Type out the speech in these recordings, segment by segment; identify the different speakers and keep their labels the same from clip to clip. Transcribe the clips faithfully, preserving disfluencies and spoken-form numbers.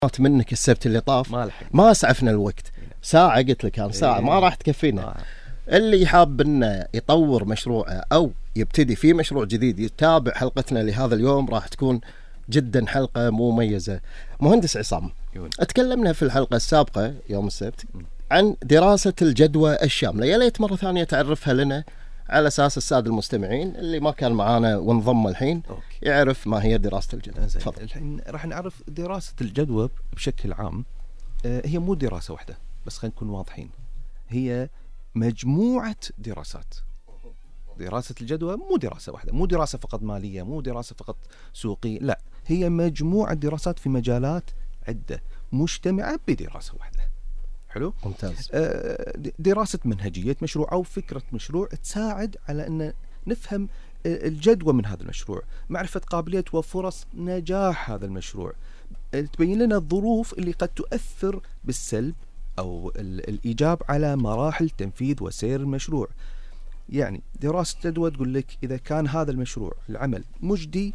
Speaker 1: منك السبت اللي طاف
Speaker 2: ما لحق
Speaker 1: ما اسعفنا الوقت. ساعة قلت لك أنا ساعة ما راح تكفينا.
Speaker 2: آه.
Speaker 1: اللي حاب انه يطور مشروعه او يبتدي في مشروع جديد يتابع حلقتنا لهذا اليوم، راح تكون جدا حلقة مميزة. مهندس عصام، اتكلمنا في الحلقة السابقة يوم السبت عن دراسة الجدوى الشاملة، يا ليت مرة ثانية تعرفها لنا على أساس السادة المستمعين اللي ما كان معانا وانضم الحين أوكي. يعرف ما هي دراسة الجدوى.
Speaker 2: تفضل. الحين راح نعرف دراسة الجدوى بشكل عام. آه هي مو دراسة واحدة، بس خلينا نكون واضحين، هي مجموعة دراسات. دراسة الجدوى مو دراسة واحدة، مو دراسة فقط مالية، مو دراسة فقط سوقية، لا، هي مجموعة دراسات في مجالات عدة مجتمعة بدراسة واحدة. حلو؟
Speaker 1: ممتاز.
Speaker 2: دراسة منهجية مشروع أو فكرة مشروع تساعد على أن نفهم الجدوى من هذا المشروع، معرفة قابلية وفرص نجاح هذا المشروع، تبين لنا الظروف اللي قد تؤثر بالسلب أو الإيجاب على مراحل تنفيذ وسير المشروع. يعني دراسة جدوى تقول لك إذا كان هذا المشروع العمل مجدي،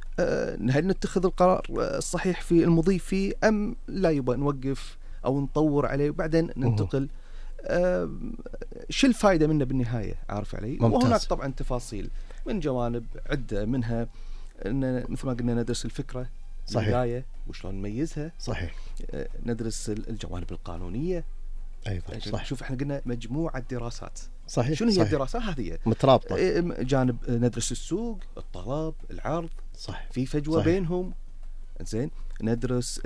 Speaker 2: هل نتخذ القرار الصحيح في المضي فيه أم لا يبقى نوقف أو نطور عليه وبعدين ننتقل. أه شو الفائدة منه بالنهاية، عارف علي؟
Speaker 1: ممتاز.
Speaker 2: وهناك طبعا تفاصيل من جوانب عدة، منها أن مثل ما قلنا ندرس الفكرة البداية وشلون نميزها.
Speaker 1: صحيح.
Speaker 2: أه ندرس الجوانب القانونية
Speaker 1: أيضا. صح.
Speaker 2: شوف احنا قلنا مجموعة دراسات.
Speaker 1: صحيح.
Speaker 2: شنو هي
Speaker 1: صحيح.
Speaker 2: الدراسة هذه؟
Speaker 1: مترابطة.
Speaker 2: جانب ندرس السوق، الطلب، العرض.
Speaker 1: صح.
Speaker 2: في فجوة صحيح. بينهم. زين. ندرس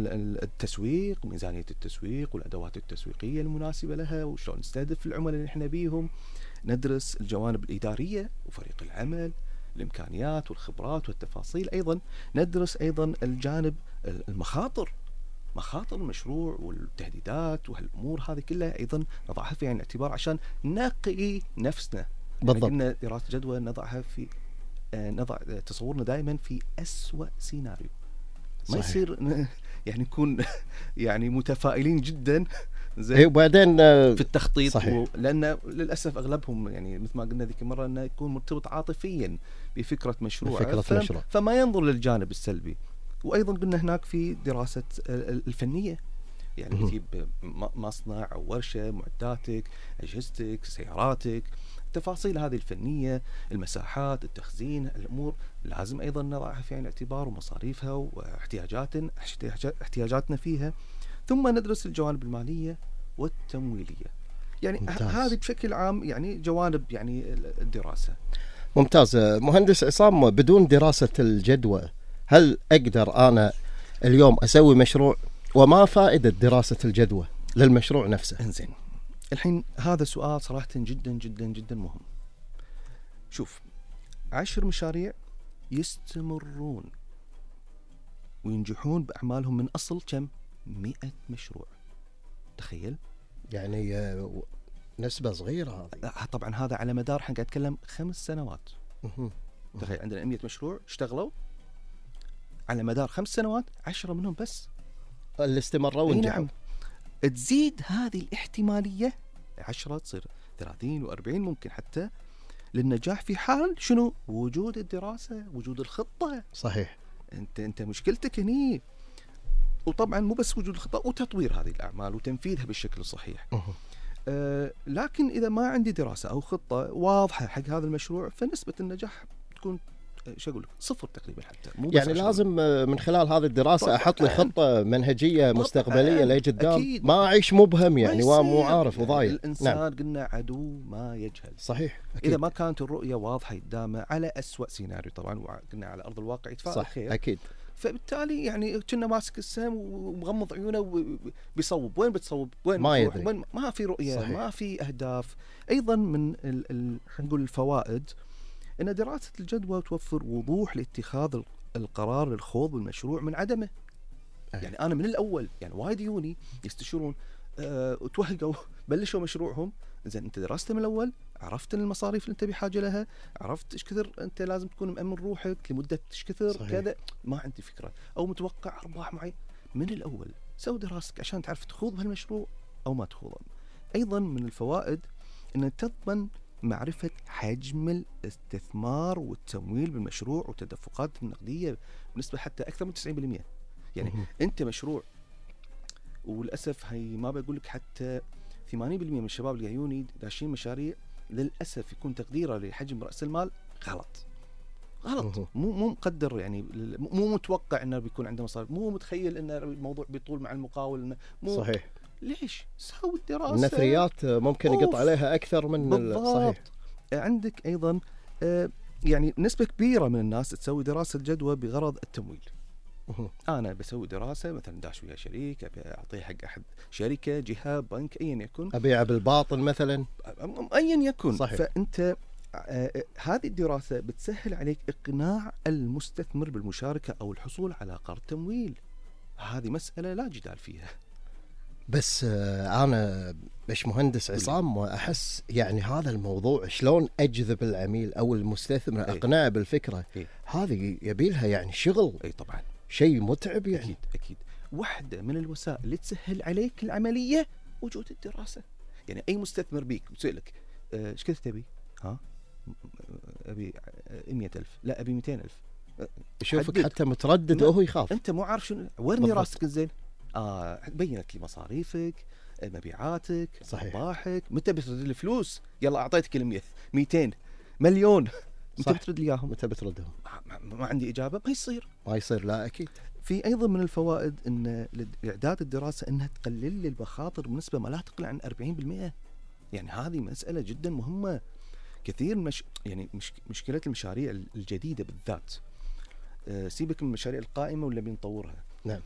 Speaker 2: التسويق، ميزانية التسويق والأدوات التسويقية المناسبة لها وشلون نستهدف العملاء اللي احنا بيهم. ندرس الجوانب الإدارية وفريق العمل، الإمكانيات والخبرات والتفاصيل. أيضا ندرس أيضا الجانب المخاطر، مخاطر المشروع والتهديدات وهالأمور هذه كلها أيضا نضعها في عين الاعتبار عشان نقي نفسنا.
Speaker 1: بالضبط.
Speaker 2: قلنا دراسة جدوى نضعها في نضع تصورنا دائما في أسوأ سيناريو. ما يصير يعني نكون يعني متفائلين جدا
Speaker 1: زين وبعدين
Speaker 2: في التخطيط و... لأن للأسف أغلبهم يعني مثل ما قلنا ذيك المرة أنه يكون مرتبط عاطفيا بفكرة مشروع,
Speaker 1: بفكرة
Speaker 2: ف...
Speaker 1: مشروع.
Speaker 2: فما ينظر للجانب السلبي. وأيضا قلنا هناك في دراسة الفنية، يعني تجيب مصنع أو ورشة، معداتك، أجهزتك، سياراتك، التفاصيل هذه الفنية، المساحات، التخزين، الأمور لازم أيضا نضعها في عين الاعتبار ومصاريفها واحتياجاتنا احتياجاتنا فيها. ثم ندرس الجوانب المالية والتمويلية. يعني ممتاز. هذه بشكل عام يعني جوانب يعني الدراسة.
Speaker 1: ممتاز. مهندس عصام، بدون دراسة الجدوى هل أقدر أنا اليوم أسوي مشروع؟ وما فائدة دراسة الجدوى للمشروع نفسه؟
Speaker 2: انزين، الحين هذا سؤال صراحة جدا جدا جدا مهم. شوف، عشر مشاريع يستمرون وينجحون بأعمالهم من أصل كم؟ مئة مشروع. تخيل،
Speaker 1: يعني نسبة صغيرة هذه.
Speaker 2: طبعا هذا على مدار حين قاعد أتكلم خمس سنوات. تخيل عندنا مئة مشروع اشتغلوا على مدار خمس سنوات، عشرة منهم بس
Speaker 1: اللي استمروا ونجحوا.
Speaker 2: نعم. تزيد هذه الاحتمالية عشرة تصير ثلاثين وأربعين ممكن حتى للنجاح في حال شنو؟ وجود الدراسة، وجود الخطة.
Speaker 1: صحيح.
Speaker 2: انت انت مشكلتك هني. وطبعا مو بس وجود الخطة وتطوير هذه الأعمال وتنفيذها بالشكل الصحيح. آه لكن إذا ما عندي دراسة أو خطة واضحة حق هذا المشروع، فنسبة النجاح تكون شو أقول لك صفر تقريبا حتى. مو
Speaker 1: يعني لازم من خلال هذه الدراسة أحط لي خطة منهجية مستقبلية لقدام، ما أعيش مبهم يعني ومو عارف وضايع.
Speaker 2: الإنسان نعم. قلنا عدو ما يجهل.
Speaker 1: صحيح. أكيد.
Speaker 2: إذا ما كانت الرؤية واضحة قدامه على أسوأ سيناريو، طبعا قلنا على أرض الواقع يتفاعل خير.
Speaker 1: أكيد.
Speaker 2: فبالتالي يعني كنا ماسك السهم ومغمض عيونه وبيصوب. وين بتصوب؟ وين
Speaker 1: ما يدري.
Speaker 2: وين؟ ما في رؤية. صحيح. ما في أهداف. أيضا من ال ال نقول الفوائد إن دراسة الجدوى توفر وضوح لاتخاذ القرار للخوض بالمشروع من عدمه. أه. يعني أنا من الأول يعني وايد يوني يستشيرون أه وتوهقوا بلشوا مشروعهم. زين أنت درست من الأول، عرفت المصاريف اللي أنت بحاجة لها، عرفت إيش كثر أنت لازم تكون مأمن روحك لمدة إيش كثر كذا. ما عندي فكرة أو متوقع أرباح معي من الأول. سوي دراستك عشان تعرف تخوض بهالمشروع أو ما تخوضه. أيضا من الفوائد أن تضمن معرفة حجم الاستثمار والتمويل بالمشروع والتدفقات النقدية بنسبة حتى أكثر من تسعين بالمئة. يعني انت مشروع، وللاسف هي ما بقول لك حتى ثمانين بالمئة من الشباب اللي جايوني داشين مشاريع للاسف يكون تقديره لحجم راس المال غلط غلط مو مو مقدر، يعني مو متوقع انه بيكون عنده مصاريف، مو متخيل ان الموضوع بيطول مع المقاول، مو
Speaker 1: صحيح.
Speaker 2: ليش سوي الدراسه؟
Speaker 1: النثريات ممكن يقط عليها اكثر من
Speaker 2: صحيح. عندك ايضا يعني نسبه كبيره من الناس تسوي دراسه جدوى بغرض التمويل. انا بسوي دراسه مثلا داش ويا شريك، ابي اعطيه حق احد شركه، جهه، بنك، ايا يكن،
Speaker 1: ابيعه بالباطل مثلا،
Speaker 2: ايا يكن.
Speaker 1: صحيح.
Speaker 2: فانت آه هذه الدراسه بتسهل عليك اقناع المستثمر بالمشاركه او الحصول على قرض تمويل. هذه مساله لا جدال فيها.
Speaker 1: بس آه انا باش مهندس عصام واحس يعني هذا الموضوع شلون اجذب العميل او المستثمر، اقنعه بالفكره،
Speaker 2: ايه؟
Speaker 1: هذه يبيلها يعني شغل.
Speaker 2: اي طبعا
Speaker 1: شيء متعب يعني.
Speaker 2: اكيد اكيد. واحده من الوسائل اللي تسهل عليك العمليه وجود الدراسه. يعني اي مستثمر بيك بيسالك ايش كثر تبي؟ ها ابي مئة ألف، لا ابي مئتين ألف.
Speaker 1: يشوفك حتى متردد وهو يخاف.
Speaker 2: انت مو عارف شنو، ورني راسك زين. اه بينت لي مصاريفك، مبيعاتك، ارباحك، متى بترد لي الفلوس؟ يلا اعطيتك المية مئتين مليون، متى بترد لي اياهم؟
Speaker 1: متى بتردهم؟
Speaker 2: ما, ما عندي اجابه. ما يصير
Speaker 1: ما يصير لا اكيد.
Speaker 2: في ايضا من الفوائد ان اعداد الدراسه انها تقلل لي المخاطر بنسبه ما لا تقل عن أربعين بالمئة. يعني هذه مساله جدا مهمه. كثير مش يعني مش مشكله المشاريع الجديده بالذات، أه سيبك من المشاريع القائمه ولا بنطورها.
Speaker 1: نعم.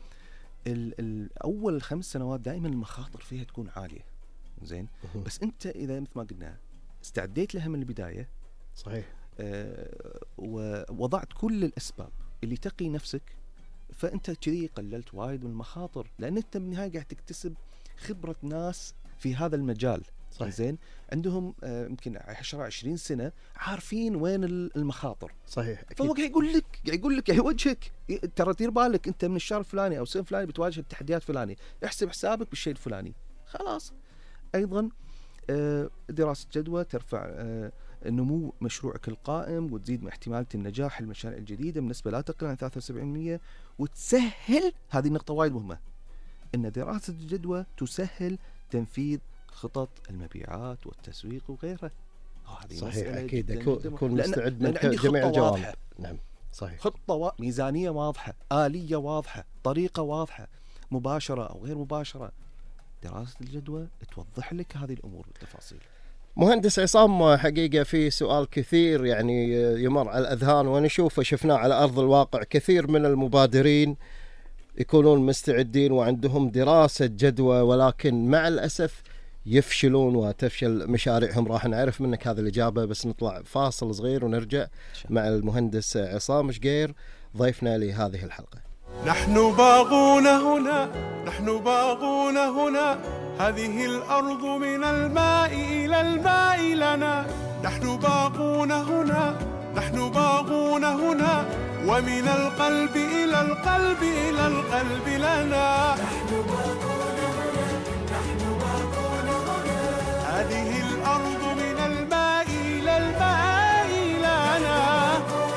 Speaker 2: اول خمس سنوات دائما المخاطر فيها تكون عاليه، زين. بس انت اذا مثل ما قلنا استعديت لها من البدايه،
Speaker 1: صحيح،
Speaker 2: أه ووضعت كل الاسباب اللي تقي نفسك، فانت كذي قللت وايد من المخاطر، لان انت بالنهايه قاعد تكتسب خبره ناس في هذا المجال.
Speaker 1: صحيح.
Speaker 2: زين، عندهم يمكن عشرة عشرين سنه عارفين وين المخاطر.
Speaker 1: صحيح أكيد.
Speaker 2: فهو قاعد يقول لك قاعد يقول لك يوجهك، ترى دير بالك انت من الشهر الفلاني او السنه الفلاني بتواجه التحديات الفلاني، احسب حسابك بالشيء الفلاني. خلاص. ايضا دراسه جدوى ترفع نمو مشروعك القائم وتزيد من احتماليه النجاح المشاريع الجديده بنسبه لا تقل عن ثلاثة وسبعين بالمئة، وتسهل، هذه النقطه وايد مهمه، ان دراسه الجدوى تسهل تنفيذ خطط المبيعات والتسويق وغيرها.
Speaker 1: صحيح اكيد اكون مستعد من جميع الجوانب. نعم صحيح.
Speaker 2: خطه و... ميزانيه واضحه، آلية واضحه، طريقه واضحه، مباشره او غير مباشره. دراسه الجدوى توضح لك هذه الامور بالتفاصيل.
Speaker 1: مهندس عصام، حقيقه في سؤال كثير يعني يمر على الاذهان ونشوفه شفناه على ارض الواقع. كثير من المبادرين يكونون مستعدين وعندهم دراسه جدوى، ولكن مع الاسف يفشلون وتفشل مشاريعهم. راح نعرف منك هذه الإجابة، بس نطلع فاصل صغير ونرجع مع المهندس عصام شقير ضيفنا لهذه الحلقة.
Speaker 3: نحن باغون هنا، نحن باغون هنا، هذه الأرض من الماء إلى الماء لنا. نحن باغون هنا، نحن باغون هنا، ومن القلب إلى القلب إلى القلب لنا. نحن باغون هنا، نحن باغون هنا، هذه الأرض من الماء إلى الماء لنا.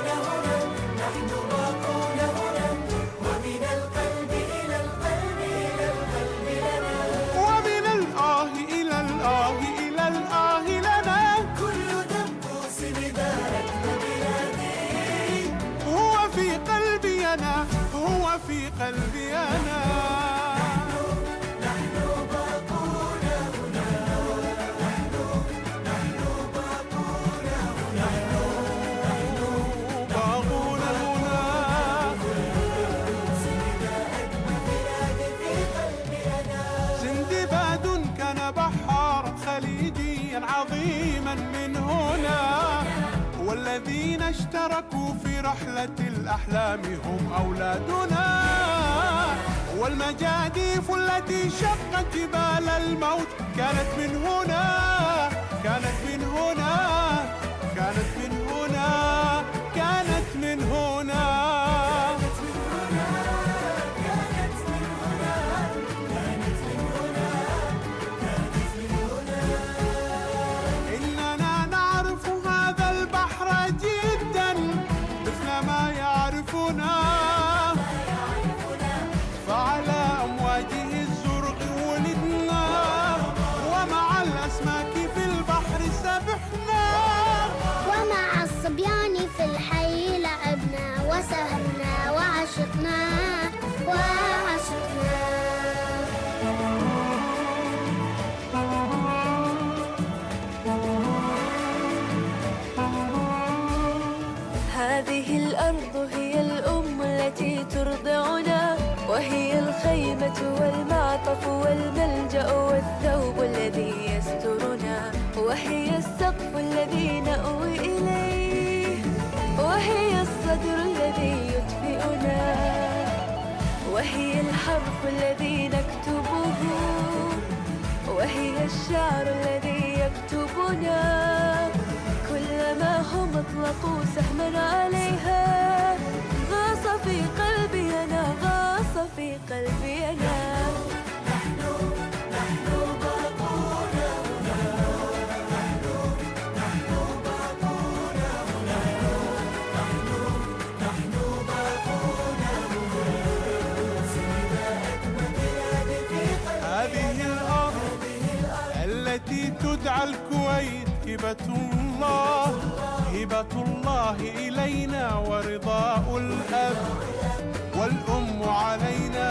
Speaker 3: نحن باغون هنا، ومن القلب إلى القلب إلى القلب لنا، ومن الآه إلى الآه إلى الآه لنا. كل دبوس بدارك وبلادي هو في قلبي أنا، هو في قلبي أنا. عظيما من هنا، والذين اشتركوا في رحلة الأحلام هم أولادنا، والمجاديف التي شقت جبال الموت كانت من هنا، كانت من هنا، كانت من هنا، كانت من هنا.
Speaker 4: الخيمة والمعطف والملجأ والثوب الذي يسترنا، وهي السقف الذي نأوي إليه، وهي الصدر الذي يدفئنا، وهي الحرف الذي نكتبه، وهي الشعر الذي يكتبنا. كلما هم أطلقوا سهما عليها غاص في قلبي أنا، غاص في قلبي أنا. نحن نحن باقون هنا، نحن نحن باقون هنا، نحن نحن باقون هنا.
Speaker 3: هذه الأرض التي تدعى الكويت هبة الله، هبة الله إلينا ورضاء الأب والأم علينا.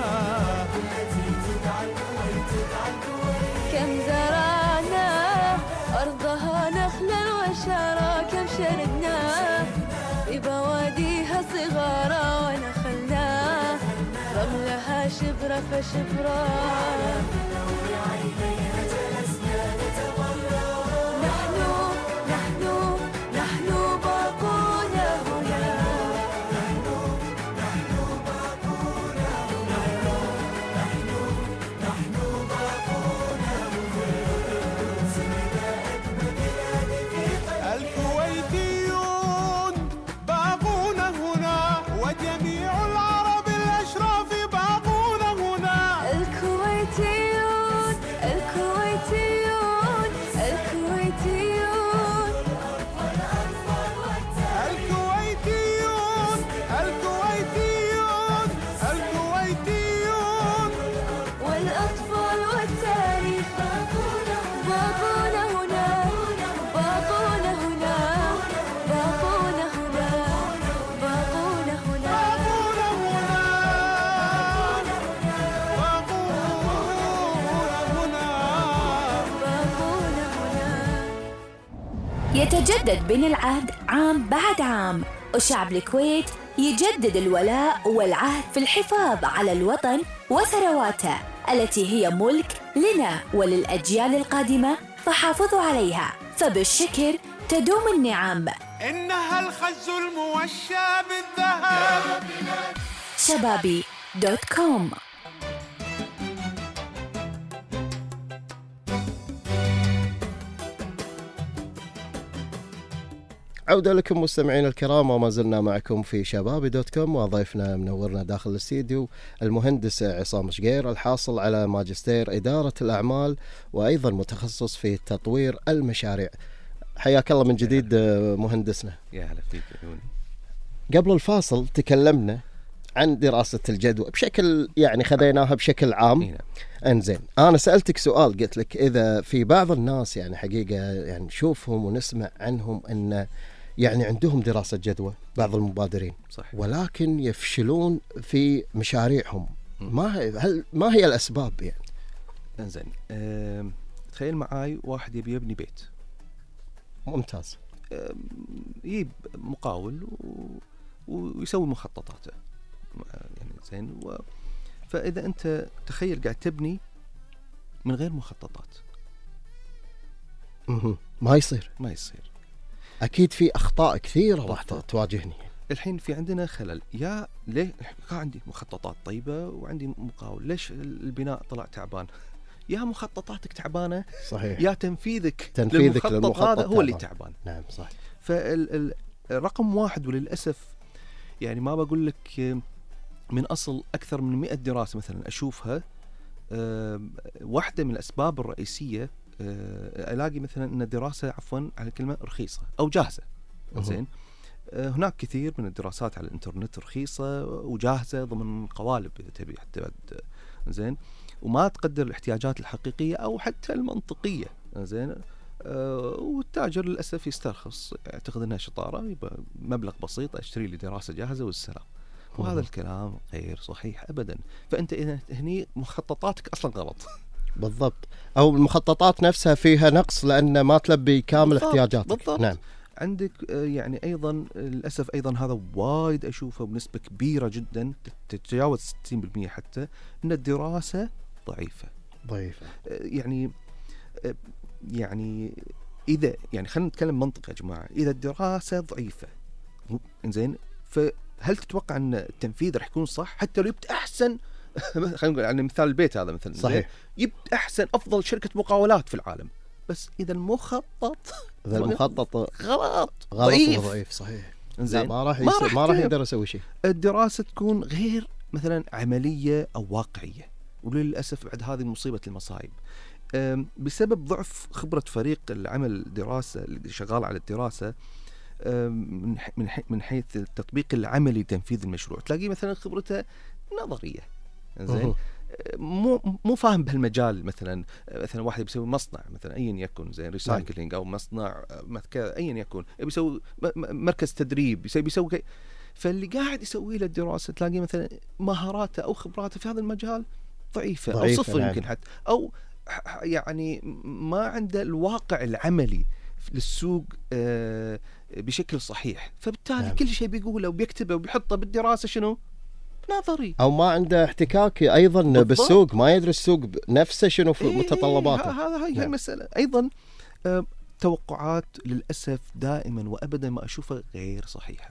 Speaker 4: كم زرعنا أرضها نخلا وشعرا، كم شردنا ببواديها صغارا ونخلنا رملها شبرا فشبرا.
Speaker 5: يتجدد بين العهد عام بعد عام، وشعب الكويت يجدد الولاء والعهد في الحفاظ على الوطن وثرواته التي هي ملك لنا وللأجيال القادمة، فحافظوا عليها، فبالشكر تدوم النعم.
Speaker 3: إنها الخز الموشى بالذهب.
Speaker 5: شبابي دوت كوم.
Speaker 1: عودة لكم مستمعين الكرام، وما زلنا معكم في شبابي دوت كوم، وضيفنا منورنا داخل الاستديو المهندس عصام شقير، الحاصل على ماجستير إدارة الأعمال وأيضا متخصص في تطوير المشاريع. حياك الله من جديد مهندسنا.
Speaker 2: يا هلا فيك.
Speaker 1: قبل الفاصل تكلمنا عن دراسة الجدوى بشكل يعني خذيناها بشكل عام. انزين، انا سألتك سؤال، قلت لك اذا في بعض الناس يعني حقيقة يعني نشوفهم ونسمع عنهم ان يعني عندهم دراسة جدوى، بعض المبادرين
Speaker 2: صح،
Speaker 1: ولكن يفشلون في مشاريعهم. ما هي هل ما هي الاسباب يعني؟
Speaker 2: انزين، أه تخيل معاي واحد يبي يبني بيت.
Speaker 1: ممتاز.
Speaker 2: أه يجيب مقاول و... ويسوي مخططاته يعني زين و... فإذا أنت تخيل قاعد تبني من غير مخططات،
Speaker 1: ما يصير
Speaker 2: ما يصير.
Speaker 1: أكيد في أخطاء كثيرة راح تواجهني.
Speaker 2: الحين في عندنا خلل، يا ليه كان عندي مخططات طيبة وعندي مقاول، ليش البناء طلع تعبان؟ يا مخططاتك تعبانة،
Speaker 1: صحيح،
Speaker 2: يا تنفيذك
Speaker 1: تنفيذك
Speaker 2: للمخطط, للمخطط هذا هو اللي تعبان.
Speaker 1: نعم صح.
Speaker 2: فالرقم واحد وللأسف يعني ما بقول لك من أصل أكثر من مئة دراسة مثلا أشوفها، أه واحدة من الأسباب الرئيسية أه ألاقي مثلا أن الدراسة عفوا على كلمة رخيصة أو جاهزة. زين، أه هناك كثير من الدراسات على الإنترنت رخيصة وجاهزة ضمن قوالب إذا تبي حتى بعد. زين، وما تقدر الاحتياجات الحقيقية أو حتى المنطقية. زين، أه والتاجر للأسف يسترخص، يعتقد أنها شطارة، يبقى مبلغ بسيط أشتري لي دراسة جاهزة والسلام. وهذا الكلام غير صحيح أبدا. فأنت إذا هني مخططاتك أصلا غلط.
Speaker 1: بالضبط، أو المخططات نفسها فيها نقص لأن ما تلبي كامل
Speaker 2: بالضبط.
Speaker 1: احتياجاتك.
Speaker 2: بالضبط.
Speaker 1: نعم.
Speaker 2: عندك آه، يعني ايضا للاسف ايضا هذا وايد اشوفه بنسبه كبيره جدا تتجاوز ستين بالمئة حتى، ان الدراسه ضعيفه.
Speaker 1: ضعيفه
Speaker 2: آه، يعني آه، يعني اذا يعني خلينا نتكلم منطق يا جماعه، اذا الدراسه ضعيفه انزين، فهل تتوقع ان التنفيذ راح يكون صح حتى لو جبت احسن خلينا نقول يعني مثال البيت هذا مثلا،
Speaker 1: صحيح،
Speaker 2: جبت احسن افضل شركه مقاولات في العالم، بس اذا المخطط
Speaker 1: اذا المخطط
Speaker 2: غلط
Speaker 1: غلط
Speaker 2: ضعيف
Speaker 1: وضعيف صحيح،
Speaker 2: زين
Speaker 1: لا ما راح
Speaker 2: ما
Speaker 1: يس...
Speaker 2: راح
Speaker 1: ما راح
Speaker 2: ت-
Speaker 1: يقدر يسوي شيء.
Speaker 2: الدراسه تكون غير مثلا عمليه او واقعيه، وللاسف بعد هذه مصيبه المصايب. أم، بسبب ضعف خبره فريق العمل الدراسه اللي شغال على الدراسه، أم، من ح- من ح- من حيث التطبيق العملي تنفيذ المشروع، تلاقيه مثلا خبرته نظريه زين،
Speaker 1: مه.
Speaker 2: مو مو فاهم بهالمجال. مثلا مثلا واحد بيسوي مصنع مثلا ايا يكن زين ريسايكلينج او مصنع مثلا ايا يكن، بيسوي م- م- مركز تدريب، بيسوي بيسوي كي- فاللي قاعد يسوي له الدراسه تلاقيه مثلا مهاراته او خبراته في هذا المجال ضعيفه,
Speaker 1: ضعيفة
Speaker 2: او صفر
Speaker 1: نعم.
Speaker 2: يمكن حتى، او ح- يعني ما عنده الواقع العملي للسوق آه، بشكل صحيح، فبالتالي
Speaker 1: نعم.
Speaker 2: كل شيء بيقوله وبيكتبه وبيحطه بالدراسه شنو نظري.
Speaker 1: او ما عنده احتكاك ايضا
Speaker 2: بالضبط.
Speaker 1: بالسوق، ما يدري السوق نفسه شنو في
Speaker 2: إيه
Speaker 1: متطلباته.
Speaker 2: هذا هاي
Speaker 1: نعم.
Speaker 2: المسألة أيضا. آه، توقعات للأسف دائما وأبدا ما أشوفها غير صحيحة.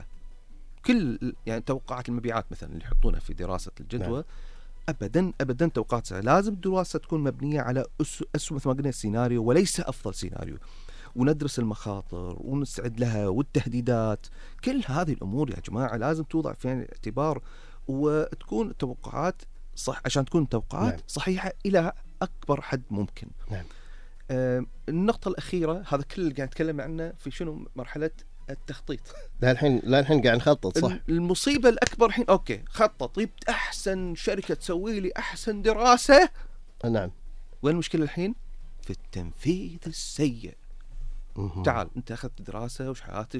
Speaker 2: كل يعني توقعات المبيعات مثلا اللي يحطونها في دراسة الجدوى
Speaker 1: نعم.
Speaker 2: أبدا أبدا توقعات سهلة. لازم الدراسة تكون مبنية على أس أس مثل ما قلنا سيناريو وليس أفضل سيناريو، وندرس المخاطر ونستعد لها والتهديدات. كل هذه الأمور يا جماعة لازم توضع في عين الاعتبار، وتكون توقعات صح عشان تكون توقعات
Speaker 1: نعم.
Speaker 2: صحيحة إلى أكبر حد ممكن.
Speaker 1: نعم.
Speaker 2: آه النقطة الأخيرة، هذا كل اللي قاعد نتكلم عنه في شنو مرحلة التخطيط.
Speaker 1: لا الحين لا الحين قاعد نخطط صح.
Speaker 2: المصيبة الأكبر الحين أوكي خطط، جبت أحسن شركة تسوي لي أحسن دراسة،
Speaker 1: نعم.
Speaker 2: وين المشكلة الحين؟ في التنفيذ السيء.
Speaker 1: مه.
Speaker 2: تعال أنت أخذت دراسة وش حياتك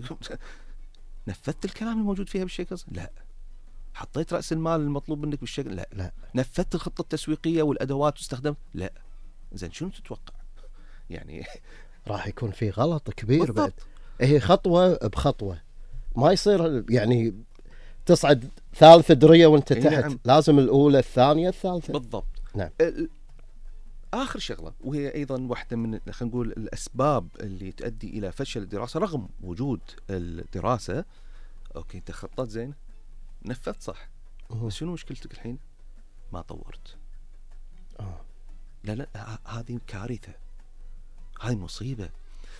Speaker 2: نفذت الكلام الموجود فيها بالشكل؟ لا. حطيت رأس المال المطلوب منك بالشكل؟ لا.
Speaker 1: لا.
Speaker 2: نفذت الخطة التسويقية والأدوات واستخدمت؟ لا. زين شنو تتوقع؟ يعني
Speaker 1: راح يكون في غلط كبير
Speaker 2: بالضبط.
Speaker 1: بعد. هي خطوة بخطوة، ما يصير يعني تصعد ثالث درية وانت
Speaker 2: إيه
Speaker 1: تحت.
Speaker 2: نعم.
Speaker 1: لازم الأولى الثانية الثالثة.
Speaker 2: بالضبط.
Speaker 1: نعم.
Speaker 2: ال- آخر شغلة وهي أيضا واحدة من خلينا نقول الأسباب اللي تؤدي إلى فشل الدراسة رغم وجود الدراسة. أوكي أنت خططت زين، نفذت صح،
Speaker 1: مه.
Speaker 2: بس شنو مشكلتك الحين؟ ما طورت.
Speaker 1: آه.
Speaker 2: لا لا ه- هذه كارثة، هذه مصيبة.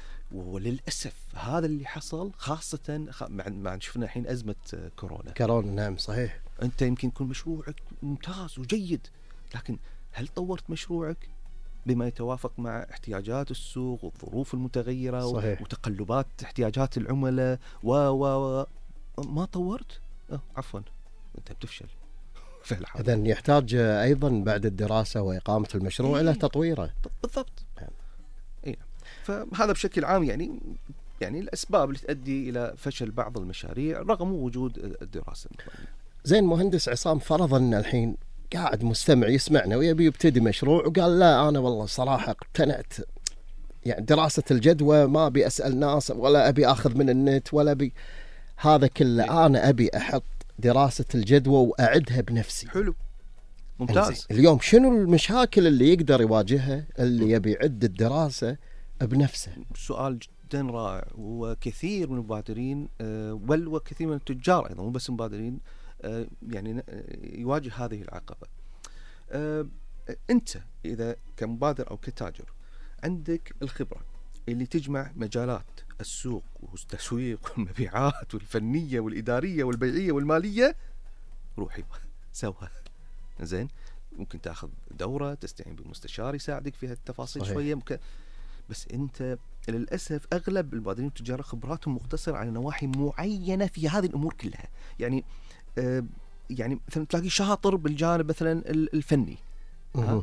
Speaker 2: وللأسف هذا اللي حصل خاصة خ- مع مع شفنا الحين أزمة آه، كورونا.
Speaker 1: كورونا نعم صحيح.
Speaker 2: أنت يمكن يكون مشروعك ممتاز وجيد، لكن هل طورت مشروعك بما يتوافق مع احتياجات السوق والظروف المتغيرة
Speaker 1: صحيح.
Speaker 2: ومتقلبات احتياجات العملاء و و و ما طورت؟ أه عفوا أنت بتفشل في الحالة.
Speaker 1: إذن يحتاج أيضا بعد الدراسة وإقامة المشروع إلى تطويره.
Speaker 2: بالضبط.
Speaker 1: نعم.
Speaker 2: إيه. فهذا بشكل عام يعني يعني الأسباب اللي تؤدي إلى فشل بعض المشاريع رغم وجود الدراسة.
Speaker 1: زين مهندس عصام، فرضا أن الحين قاعد مستمع يسمعنا ويبي يبتدي مشروع وقال لا أنا والله صراحة اقتنعت يعني دراسة الجدوى، ما أبي أسأل ناس ولا أبي أخذ من النت ولا أبي هذا كله، أنا أبي أحط دراسة الجدوى وأعدها بنفسي.
Speaker 2: حلو ممتاز.
Speaker 1: إنزين. اليوم شنو المشاكل اللي يقدر يواجهها اللي يبي يعد الدراسة بنفسه؟
Speaker 2: سؤال جدا رائع. وكثير من المبادرين آه، بل وكثير من التجار أيضا مو بس المبادرين آه، يعني ن- آه، يواجه هذه العقبة. آه، أنت إذا كمبادر أو كتاجر عندك الخبرة اللي تجمع مجالات السوق والتسويق والمبيعات والفنية والإدارية والبيعية والمالية، روحي سوها زين. ممكن تاخذ دورة، تستعين بمستشار يساعدك في هالتفاصيل
Speaker 1: صحيح.
Speaker 2: شوية ممكن. بس أنت للأسف أغلب المبادرين والتجار خبراتهم مقتصرة على نواحي معينة في هذه الأمور كلها. يعني آه يعني مثلا تلاقي شاطر بالجانب مثلا ال- الفني،
Speaker 1: مه.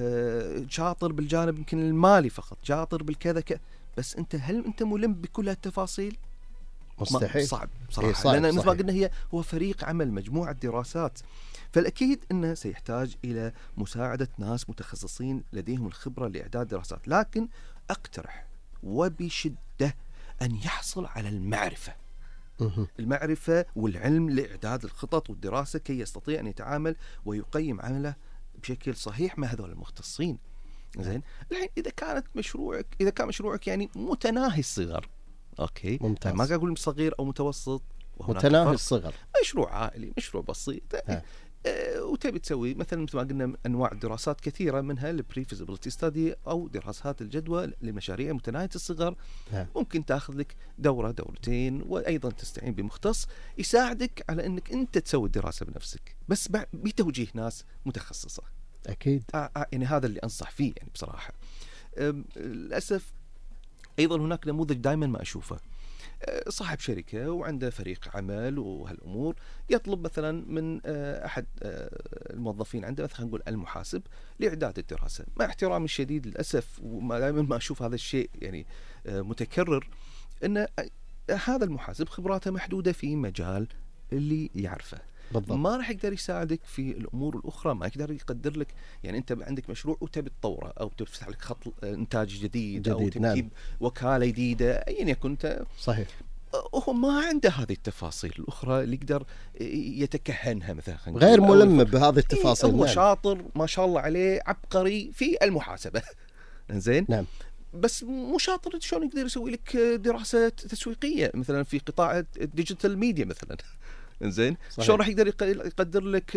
Speaker 2: آه شاطر بالجانب يمكن المالي فقط، شاطر بالكذا ك... بس أنت هل أنت ملم بكل هالتفاصيل؟ ما-
Speaker 1: مستحيل.
Speaker 2: صعب
Speaker 1: إيه
Speaker 2: صراحة.
Speaker 1: صعب،
Speaker 2: لأن مثل ما
Speaker 1: صحيح.
Speaker 2: قلنا هي هو فريق عمل، مجموعة دراسات، فالأكيد أنه سيحتاج إلى مساعدة ناس متخصصين لديهم الخبرة لإعداد دراسات. لكن أقترح وبشدة أن يحصل على المعرفة
Speaker 1: مهم.
Speaker 2: المعرفة والعلم لإعداد الخطط والدراسة كي يستطيع أن يتعامل ويقيم عمله بشكل صحيح مع هذول المختصين. زين، الحين إذا كانت مشروعك إذا كان مشروعك يعني متناهي الصغر، أوكي،
Speaker 1: ممتاز.
Speaker 2: ما قاعد أقول صغير أو متوسط، وهناك
Speaker 1: متناهي
Speaker 2: فرق.
Speaker 1: الصغر،
Speaker 2: مشروع عائلي، مشروع بسيط،
Speaker 1: ها.
Speaker 2: آه، وتبي تسوي مثلا مثل ما قلنا انواع الدراسات كثيره، منها البري فيزيبيليتي ستادي او دراسات الجدوى لمشاريع متناهيه الصغر.
Speaker 1: نعم.
Speaker 2: ممكن تاخذ لك دوره دورتين، وايضا تستعين بمختص يساعدك على انك انت تسوي الدراسه بنفسك، بس بع- بتوجيه ناس متخصصه.
Speaker 1: اكيد.
Speaker 2: آه، آه، يعني هذا اللي انصح فيه يعني بصراحه. أم، للاسف ايضا هناك نموذج دائما ما اشوفه، صاحب شركة وعنده فريق عمل وهالأمور، يطلب مثلا من أحد الموظفين عنده، مثلا نقول المحاسب، لإعداد الدراسة. مع احترامي الشديد للأسف، وما دائما ما أشوف هذا الشيء يعني متكرر، أن هذا المحاسب خبراته محدودة في مجال اللي يعرفه،
Speaker 1: بالضبط.
Speaker 2: ما راح يقدر يساعدك في الامور الاخرى، ما يقدر يقدر لك. يعني انت عندك مشروع وتبي تطوره، او تفتح لك خط انتاج جديد, جديد او تجيب
Speaker 1: نعم.
Speaker 2: وكاله جديده ايا يكن انت،
Speaker 1: صحيح،
Speaker 2: هو ما عنده هذه التفاصيل الاخرى اللي يقدر يتكهنها مثلا،
Speaker 1: غير ملم بهذه التفاصيل.
Speaker 2: هو
Speaker 1: نعم.
Speaker 2: شاطر ما شاء الله عليه، عبقري في المحاسبه زين،
Speaker 1: نعم،
Speaker 2: بس مو شاطر شلون يقدر يسوي لك دراسه تسويقيه مثلا في قطاع الديجيتال ميديا مثلا. زين، شلون راح يقدر يقدر لك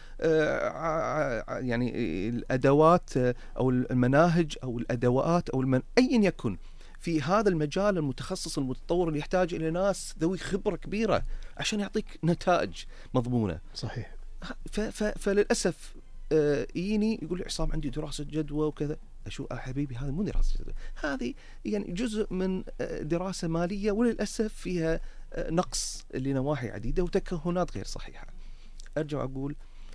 Speaker 2: يعني الادوات او المناهج او الادوات او المن... ايا يكن في هذا المجال المتخصص المتطور اللي يحتاج الى ناس ذوي خبره كبيره عشان يعطيك نتائج مضمونه.
Speaker 1: صحيح.
Speaker 2: ف... ف... فللاسف يجيني يقول لي عصام عندي دراسه جدوى وكذا، اشوف حبيبي هذا مو دراسه جدوى، هذه يعني جزء من دراسه ماليه وللاسف فيها نقص لنواحي عديدة وتكهنات غير صحيحة. أرجع أقول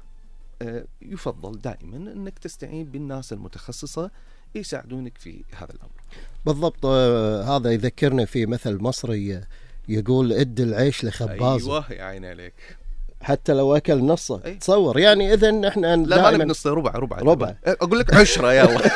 Speaker 2: يفضل دائما أنك تستعين بالناس المتخصصة يساعدونك في هذا الأمر.
Speaker 1: بالضبط. هذا يذكرني في مثل مصري يقول ادي العيش لخبازه.
Speaker 2: أيوة يا عيني عليك،
Speaker 1: حتى لو أكل نصه.
Speaker 2: أي.
Speaker 1: تصور يعني إذن إحنا
Speaker 2: لا ما نصه، ربع ربع
Speaker 1: ربع
Speaker 2: أقول لك عشرة يلا.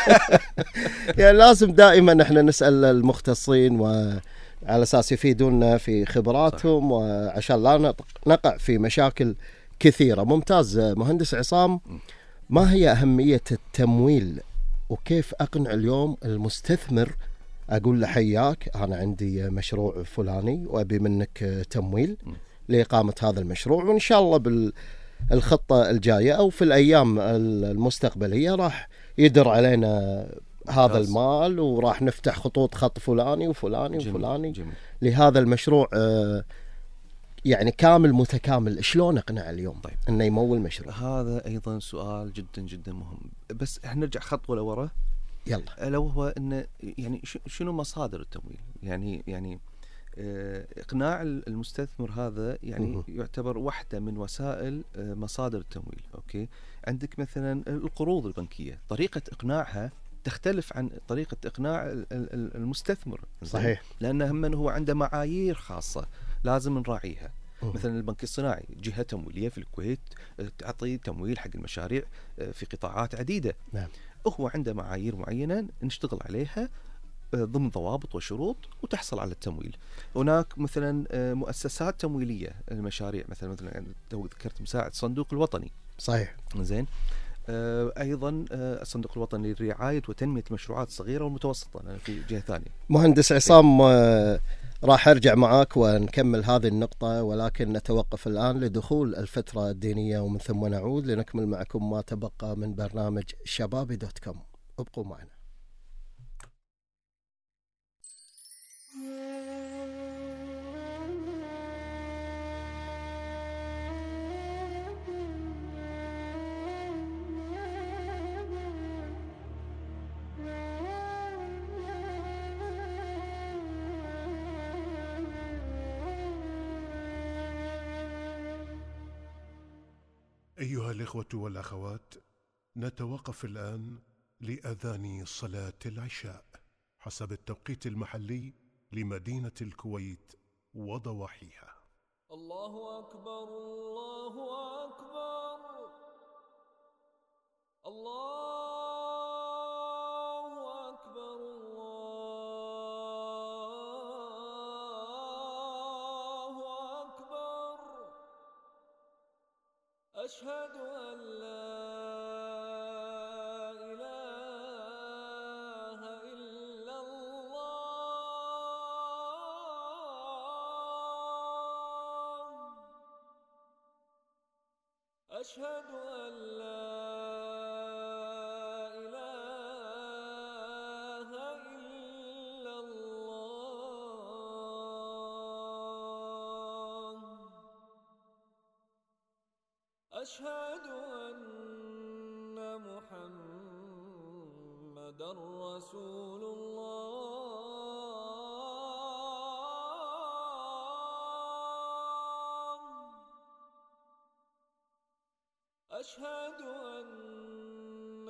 Speaker 1: يعني لازم دائما إحنا نسأل المختصين و على أساس يفيدونا في خبراتهم، وعشان لا نقع في مشاكل كثيرة. ممتاز مهندس عصام، ما هي أهمية التمويل وكيف أقنع اليوم المستثمر؟ أقول له حياك، أنا عندي مشروع فلاني وأبي منك تمويل لإقامة هذا المشروع، وإن شاء الله بالخطة الجاية أو في الأيام المستقبلية راح يدر علينا هذا المال، وراح نفتح خطوط خط فلاني وفلاني
Speaker 2: جميل
Speaker 1: وفلاني
Speaker 2: جميل.
Speaker 1: لهذا المشروع آه يعني كامل متكامل. شلون اقنع اليوم
Speaker 2: طيب.
Speaker 1: انه يمول مشروع؟
Speaker 2: هذا ايضا سؤال جدا جدا مهم، بس احنا نرجع خطوه لورا.
Speaker 1: يلا.
Speaker 2: لو هو انه يعني شنو مصادر التمويل؟ يعني يعني اه اقناع المستثمر هذا يعني م- يعتبر واحده من وسائل اه مصادر التمويل. اوكي، عندك مثلا القروض البنكيه، طريقه اقناعها تختلف عن طريقة إقناع المستثمر.
Speaker 1: صحيح.
Speaker 2: لأن هم هو عنده معايير خاصة لازم نراعيها. مثلا البنك الصناعي جهة تمويلية في الكويت تعطي تمويل حق المشاريع في قطاعات عديدة.
Speaker 1: نعم.
Speaker 2: هو عنده معايير معينة نشتغل عليها ضمن ضوابط وشروط وتحصل على التمويل. هناك مثلا مؤسسات تمويلية المشاريع، مثلا مثلا تو ذكرت مساعد الصندوق الوطني.
Speaker 1: صحيح.
Speaker 2: زين. أيضا الصندوق الوطني للرعاية وتنمية المشروعات الصغيرة والمتوسطة في جهة ثانية.
Speaker 1: مهندس عصام، راح أرجع معاك ونكمل هذه النقطة، ولكن نتوقف الآن لدخول الفترة الدينية ومن ثم نعود لنكمل معكم ما تبقى من برنامج شبابي دوت كوم. ابقوا معنا.
Speaker 6: أيها الإخوة والأخوات، نتوقف الآن لأذان صلاة العشاء حسب التوقيت المحلي لمدينة الكويت وضواحيها.
Speaker 7: الله أكبر الله أكبر الله أكبر الله أشهد أن لا إله إلا الله أشهد أن لا إله إلا الله أشهد أن محمدًا رسول الله أشهد أن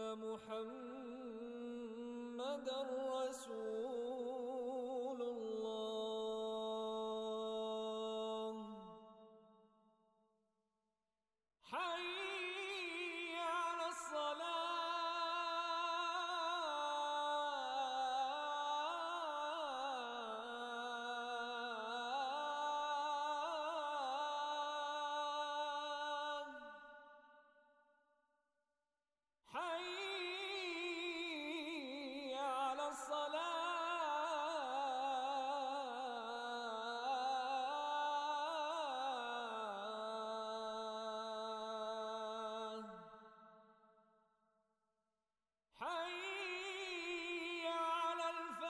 Speaker 7: محمدًا رسول الله حي على الصلاة حي على الصلاة حي على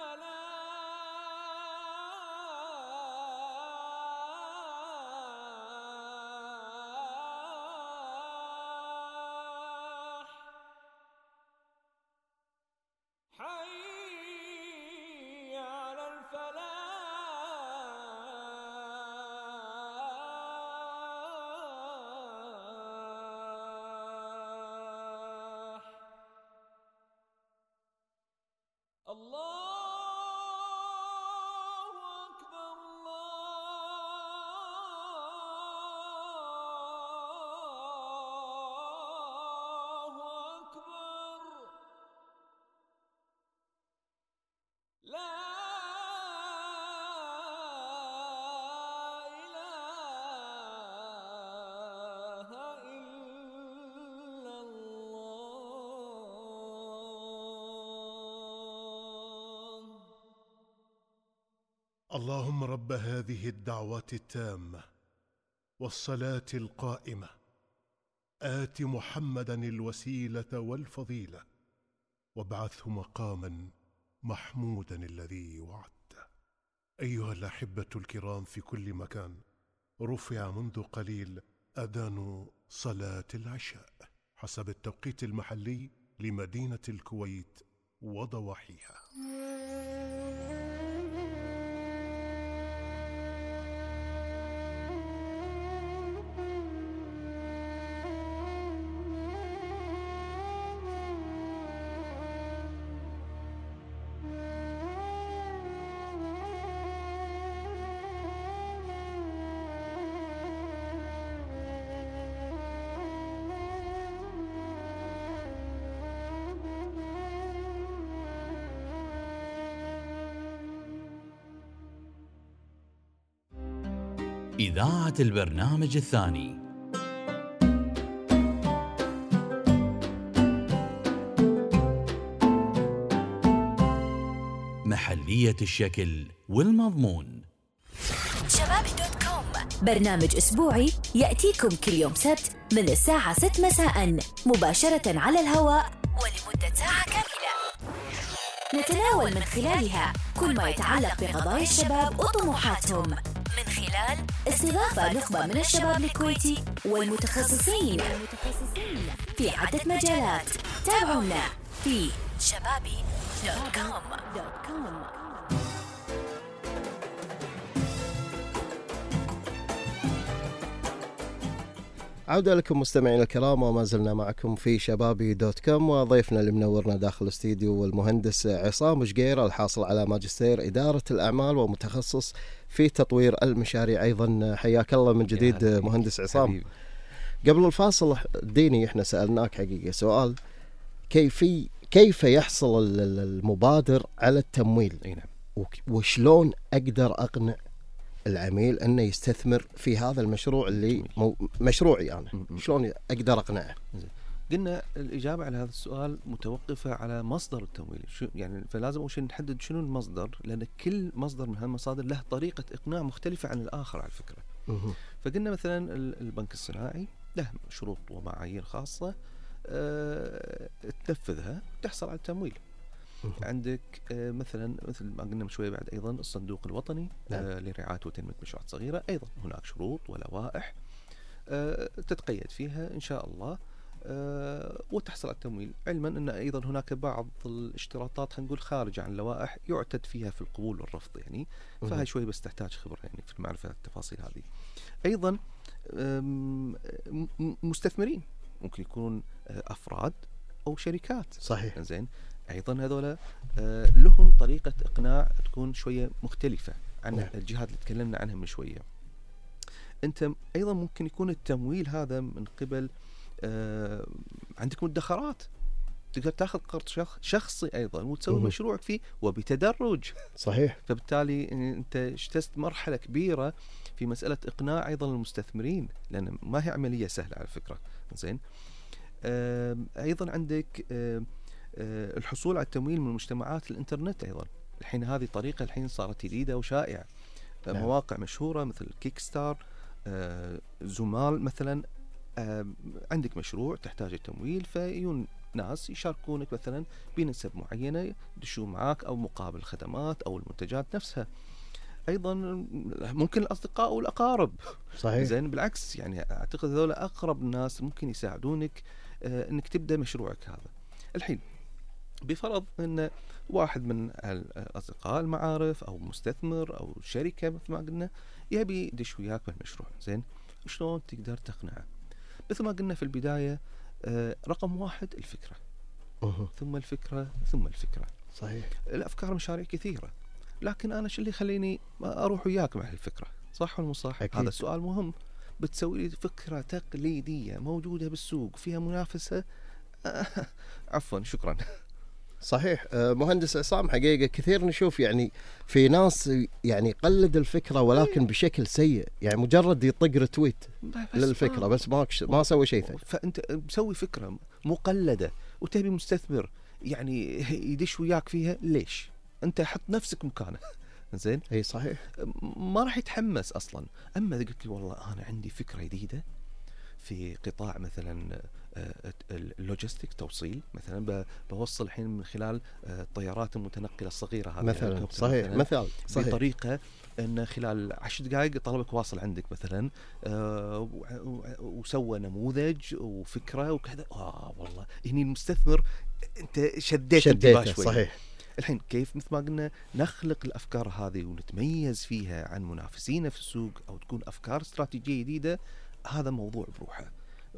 Speaker 7: الفلاح حي على الفلاح الله أكبر الله أكبر لا إله إلا الله
Speaker 6: اللهم رب هذه الدعوات التامة والصلاة القائمة آت محمدا الوسيلة والفضيلة وابعثه مقاما محمودا الذي وعدته. أيها الأحبة الكرام في كل مكان، رفع منذ قليل أذان صلاة العشاء حسب التوقيت المحلي لمدينة الكويت وضواحيها.
Speaker 8: إذاعة البرنامج الثاني. محلية الشكل والمضمون.
Speaker 5: شبابي دوت كوم برنامج أسبوعي يأتيكم كل يوم سبت من الساعة ستة مساء مباشرة على الهواء ولمدة ساعة كاملة، نتناول من خلالها كل ما يتعلق بقضايا الشباب وطموحاتهم من خلال استضافة نخبة من الشباب الكويتي والمتخصصين في عدة مجالات. تابعونا في شبابي دوت كوم.
Speaker 1: عودة لكم مستمعين الكرام، وما زلنا معكم في شبابي دوت كوم، وضيفنا اللي منورنا داخل الاستديو والمهندس عصام شقير الحاصل على ماجستير إدارة الأعمال ومتخصص في تطوير المشاريع. أيضا حياك الله من جديد مهندس عصام. حبيب. قبل الفاصل ديني احنا سألناك حقيقة سؤال، كيفي كيف يحصل المبادر على التمويل؟ وشلون أقدر أقنع العميل انه يستثمر في هذا المشروع اللي مو مشروعي انا؟ شلون اقدر اقنعه؟
Speaker 2: قلنا الإجابة على هذا السؤال متوقفة على مصدر التمويل، شو يعني، فلازم أول شيء نحدد شنو المصدر، لأن كل مصدر من هالمصادر له طريقة إقناع مختلفة عن الآخر على فكرة. فقلنا مثلا البنك الصناعي له شروط ومعايير خاصة أه تنفذها تحصل على التمويل. عندك أه مثلا مثل ما قلنا من شوية بعد أيضا الصندوق الوطني أه لرعاية وتنمية مشروعات صغيرة، أيضا هناك شروط ولوائح أه تتقيد فيها إن شاء الله أه وتحصل على التمويل، علما أن أيضا هناك بعض الاشتراطات خلينا نقول خارجة عن اللوائح يعتد فيها في القبول والرفض يعني، فهي شوي بس تحتاج خبرة يعني في معرفة التفاصيل هذه. أيضا مستثمرين ممكن يكونون أفراد أو شركات.
Speaker 1: صحيح.
Speaker 2: زين، أيضا هذولا لهم طريقة إقناع تكون شوية مختلفة عن نعم. الجهات اللي تكلمنا عنها من شوية. أنت أيضا ممكن يكون التمويل هذا من قبل آه عندك مدخرات، تقدر تاخذ قرض شخ شخصي ايضا وتسوي مشروعك فيه وبتدرج.
Speaker 1: صحيح.
Speaker 2: فبالتالي انت اجتزت مرحله كبيره في مساله اقناع ايضا المستثمرين، لان ما هي عمليه سهله على فكره. زين، آه ايضا عندك آه آه الحصول على التمويل من مجتمعات الانترنت. ايضا الحين هذه طريقه الحين صارت جديده وشائعه. آه نعم. مواقع مشهوره مثل كيك ستار، آه زومال مثلا. آه عندك مشروع تحتاج التمويل، فيون ناس يشاركونك مثلا بنسب معينة يدشون معاك أو مقابل خدمات أو المنتجات نفسها. أيضا ممكن الأصدقاء والأقارب.
Speaker 1: صحيح.
Speaker 2: زين، بالعكس يعني أعتقد هذول أقرب الناس ممكن يساعدونك آه أنك تبدأ مشروعك هذا. الحين بفرض أن واحد من الأصدقاء المعارف أو مستثمر أو شركة مثل ما قلنا يبي يدش وياك بالمشروع. زين، شلون تقدر تقنعه؟ مثل ما قلنا في البداية، آه رقم واحد الفكرة،
Speaker 1: أه.
Speaker 2: ثم الفكرة ثم الفكرة.
Speaker 1: صحيح.
Speaker 2: الأفكار مشاريع كثيرة، لكن أنا شو اللي يخليني أروح وياك مع الفكرة؟ صح ولا مو صح؟
Speaker 1: أكيد.
Speaker 2: هذا السؤال مهم. بتسوي لي فكرة تقليدية موجودة بالسوق فيها منافسة؟ آه عفوا، شكرا.
Speaker 1: صحيح. مهندس عصام، حقيقة كثير نشوف يعني في ناس يعني يقلد الفكرة ولكن بشكل سيء، يعني مجرد يطق رتويت للفكرة بس ما ما سوى شيء ثاني.
Speaker 2: فأنت مسوي فكرة مقلدة وتبي مستثمر يعني يدش وياك فيها، ليش؟ أنت حط نفسك مكانه. زين.
Speaker 1: اي صحيح.
Speaker 2: ما راح يتحمس أصلا. أما إذا قلت لي والله أنا عندي فكرة جديدة في قطاع مثلا اللوجستيك، توصيل مثلا، بوصل الحين من خلال الطيارات المتنقلة الصغيرة هذه
Speaker 1: مثلا. صحيح. مثلا. مثال.
Speaker 2: صحيح. بطريقة أن خلال عشر دقائق طلبك واصل عندك مثلا، آه وسوى نموذج وفكرة وكذا. آه والله هني المستثمر أنت شديت
Speaker 1: شديته. صحيح.
Speaker 2: الحين كيف مثل ما قلنا نخلق الأفكار هذه ونتميز فيها عن منافسينا في السوق، أو تكون أفكار استراتيجية جديدة. هذا موضوع بروحه،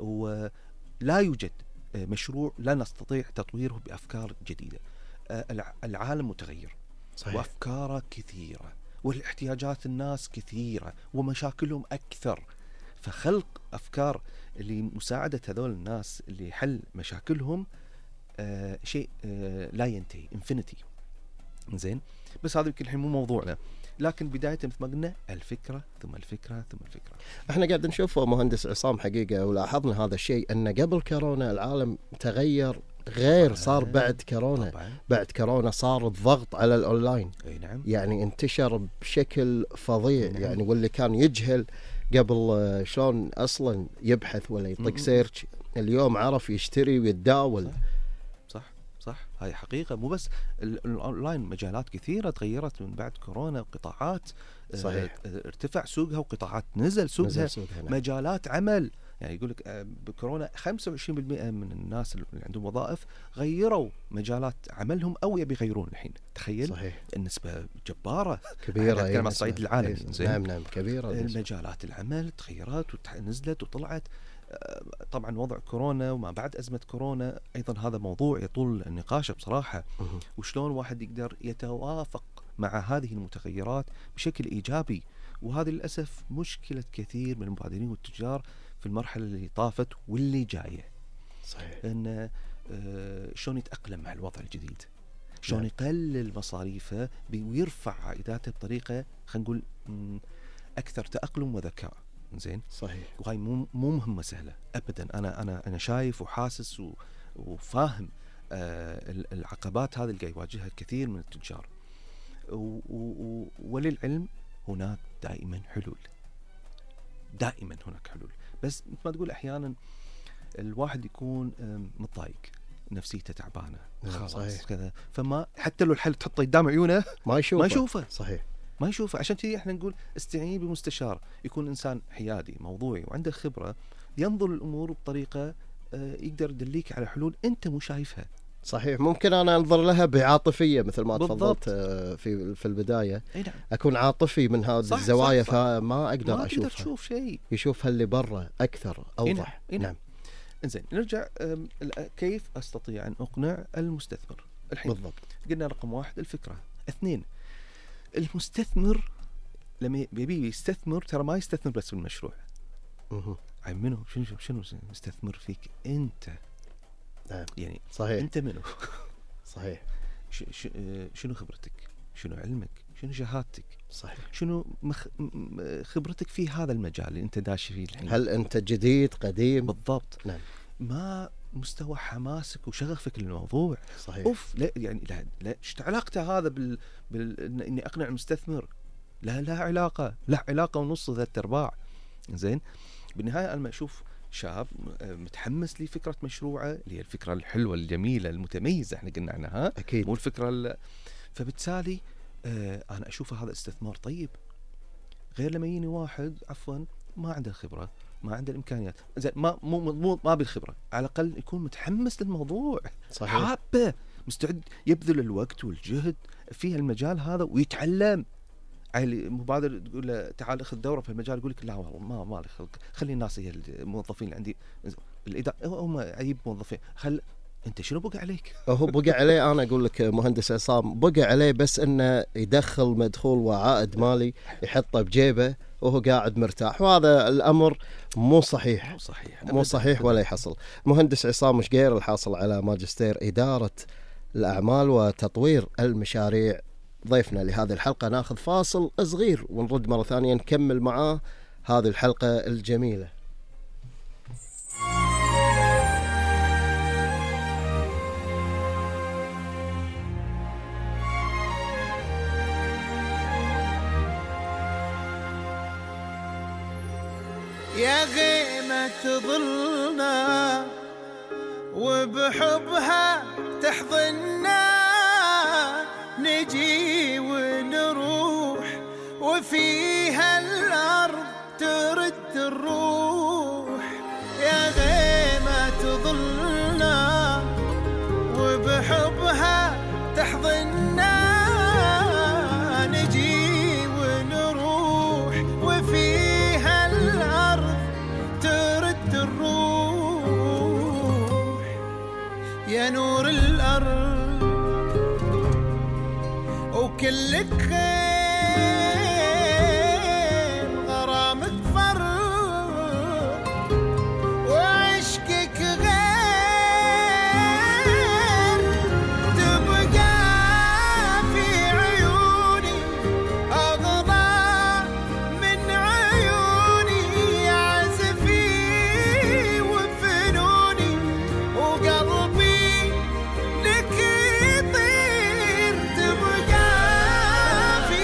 Speaker 2: ولا يوجد مشروع لا نستطيع تطويره بأفكار جديدة. العالم متغير. صحيح. وأفكاره كثيرة، والاحتياجات الناس كثيرة، ومشاكلهم أكثر. فخلق أفكار لمساعدة هذول الناس اللي حل مشاكلهم آه شيء آه لا ينتهي، انفينيتي. زين، بس هذا يمكن الحين مو موضوعنا، لكن بداية مثل ما قلنا الفكرة ثم الفكرة ثم الفكرة.
Speaker 1: احنا قاعد نشوفه مهندس عصام حقيقة، ولاحظنا هذا الشيء أن قبل كورونا العالم تغير غير صار بعد كورونا. طبعاً. بعد كورونا صار الضغط على الأونلاين.
Speaker 2: أي نعم.
Speaker 1: يعني انتشر بشكل فظيع.
Speaker 2: نعم.
Speaker 1: يعني واللي كان يجهل قبل شلون أصلا يبحث ولا يطق سيرش، اليوم عرف يشتري ويتداول.
Speaker 2: صح. صح صح، هاي حقيقة. مو بس الأونلاين، مجالات كثيرة تغيرت من بعد كورونا، وقطاعات
Speaker 1: صحيح.
Speaker 2: ارتفع سوقها وقطاعات نزل سوقها, نزل سوقها. نعم. مجالات عمل، يعني يقول لك بكورونا خمسة وعشرين بالمئة من الناس اللي عندهم وظائف غيروا مجالات عملهم أو يبي يغيرون الحين. تخيل.
Speaker 1: صحيح.
Speaker 2: النسبة جبارة
Speaker 1: كبيرة.
Speaker 2: على الصعيد العالمي.
Speaker 1: نعم نعم كبيرة.
Speaker 2: المجالات العمل تغيرت ونزلت وطلعت. طبعا وضع كورونا وما بعد أزمة كورونا أيضا هذا موضوع يطول النقاش بصراحة. وشلون واحد يقدر يتوافق مع هذه المتغيرات بشكل إيجابي. وهذه للأسف مشكلة كثير من المبادرين والتجار في المرحلة اللي طافت واللي جاية.
Speaker 1: صحيح.
Speaker 2: أن آه شلون يتأقلم مع الوضع الجديد، شلون يقلل مصاريفه ويرفع عائداته بطريقة خلينا نقول اكثر تاقلم وذكاء. زين
Speaker 1: صحيح.
Speaker 2: وهاي مو مو مهمه سهله ابدا. انا انا انا شايف وحاسس و وفاهم آه العقبات هذه اللي قاعد يواجهها كثير من التجار. وللعلم هناك دائما حلول، دائما هناك حلول. بس مثل ما تقول احيانا الواحد يكون متضايق، نفسيته تعبانه خلاص كذا، فما حتى لو الحل تحطه قدام عيونه
Speaker 1: ما يشوفه.
Speaker 2: ما يشوفه
Speaker 1: صحيح،
Speaker 2: ما يشوفه. عشان كذي احنا نقول استعين بمستشار يكون انسان حيادي موضوعي وعنده خبره، ينظر الامور بطريقه يقدر يدليك على حلول انت مو شايفها.
Speaker 1: صحيح. ممكن انا انظر لها بعاطفيه مثل ما
Speaker 2: بالضبط.
Speaker 1: تفضلت في في البدايه.
Speaker 2: نعم.
Speaker 1: اكون عاطفي من هذه الزوايا،
Speaker 2: صح صح.
Speaker 1: فما اقدر
Speaker 2: ما
Speaker 1: اشوفها.
Speaker 2: تقدر تشوف شيء،
Speaker 1: يشوفها اللي برا اكثر اوضح.
Speaker 2: نعم.
Speaker 1: نعم.
Speaker 2: انزين نرجع كيف استطيع ان اقنع المستثمر الحين.
Speaker 1: بالضبط.
Speaker 2: قلنا رقم واحد الفكره. اثنين، المستثمر لما يبي يستثمر ترى ما يستثمر بس بالمشروع.
Speaker 1: اها
Speaker 2: عين منو شنو شنو يستثمر فيك انت.
Speaker 1: نعم.
Speaker 2: يعني
Speaker 1: صحيح.
Speaker 2: انت منو؟
Speaker 1: صحيح.
Speaker 2: ش ش شنو خبرتك؟ شنو علمك؟ شنو شهادتك؟
Speaker 1: صحيح.
Speaker 2: شنو مخ... خبرتك في هذا المجال اللي انت داش فيه الحين؟
Speaker 1: هل انت جديد قديم؟
Speaker 2: بالضبط.
Speaker 1: نعم.
Speaker 2: ما مستوى حماسك وشغفك للموضوع.
Speaker 1: صحيح.
Speaker 2: اوف لا يعني لا لا ايش علاقته هذا بال... بال اني اقنع المستثمر؟ لا لا علاقه، لا علاقه ونص ذات ارباع. زين بالنهايه انا لما اشوف شاب متحمس لفكره مشروعه اللي هي الفكره الحلوه الجميله المتميزه احنا قلنا عنها،
Speaker 1: اكيد
Speaker 2: مو الفكره ال... فبالتالي آه انا اشوفه هذا استثمار طيب. غير لما يجيني واحد عفوا ما عنده الخبره، ما عنده الامكانيات، زين ما مو مو ما بالخبره، على الاقل يكون متحمس للموضوع.
Speaker 1: صحيح.
Speaker 2: حابه، مستعد يبذل الوقت والجهد في المجال هذا ويتعلم. عيل مبادر تقول له تعال اخذ دوره في المجال، يقول لك لا والله ما ما لي خلق، خلي الناس هي الموظفين اللي عندي الاداره هم عيب موظفين، خل انت شنو بقى عليك؟
Speaker 1: هو بقى عليه. انا اقول لك مهندس عصام بقى عليه بس انه يدخل مدخول وعائد مالي يحطه بجيبه وهو قاعد مرتاح، وهذا الامر مو صحيح.
Speaker 2: مو صحيح
Speaker 1: مو صحيح ولا يحصل. مهندس عصام مشقير الحاصل على ماجستير اداره الاعمال وتطوير المشاريع ضيفنا لهذه الحلقة. ناخذ فاصل صغير ونرد مرة ثانية نكمل معاه هذه الحلقة الجميلة.
Speaker 3: يا غيمة تظلنا وبحبها تحضننا، نجي ونروح وفيها الأرض ترد الروح. يا غيمة تظلنا وبحبها تحضننا، نجي ونروح وفيها الأرض ترد الروح. يا نور الأرض وكلك خير، غرامك فرق وعشقك غير، تبقى في عيوني أغضى من عيوني، عزفي وفنوني وقلبي لك يطير، تبقى في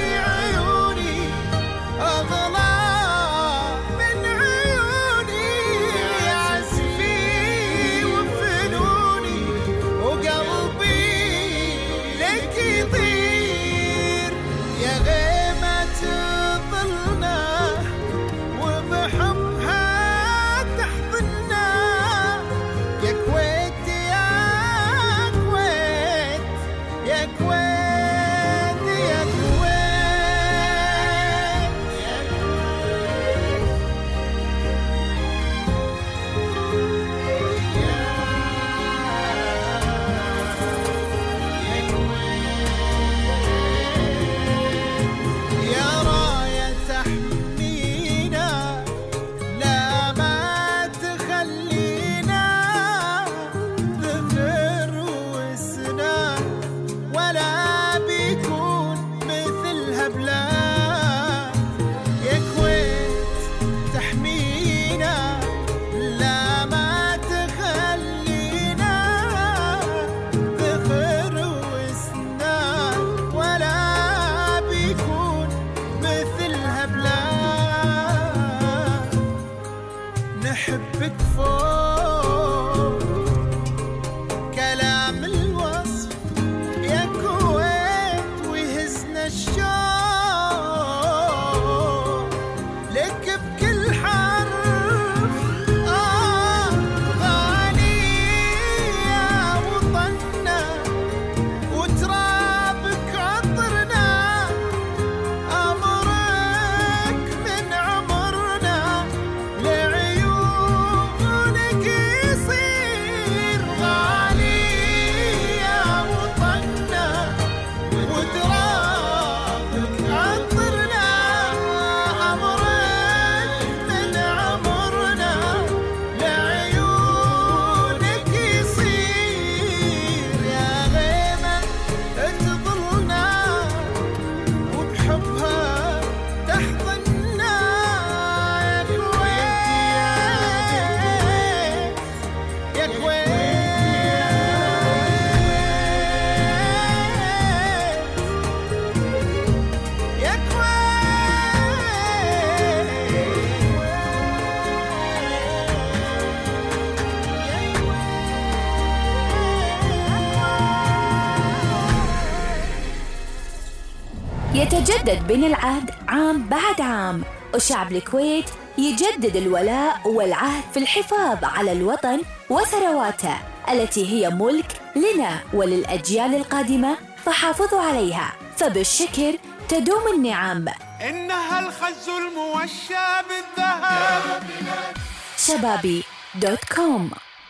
Speaker 5: يتجدد بين العهد عام بعد عام، وشعب الكويت يجدد الولاء والعهد في الحفاظ على الوطن وثرواته التي هي ملك لنا وللأجيال القادمة، فحافظوا عليها، فبالشكر تدوم النعم.
Speaker 3: إنها الخز الموشى بالذهب.
Speaker 5: شبابي دوت كوم.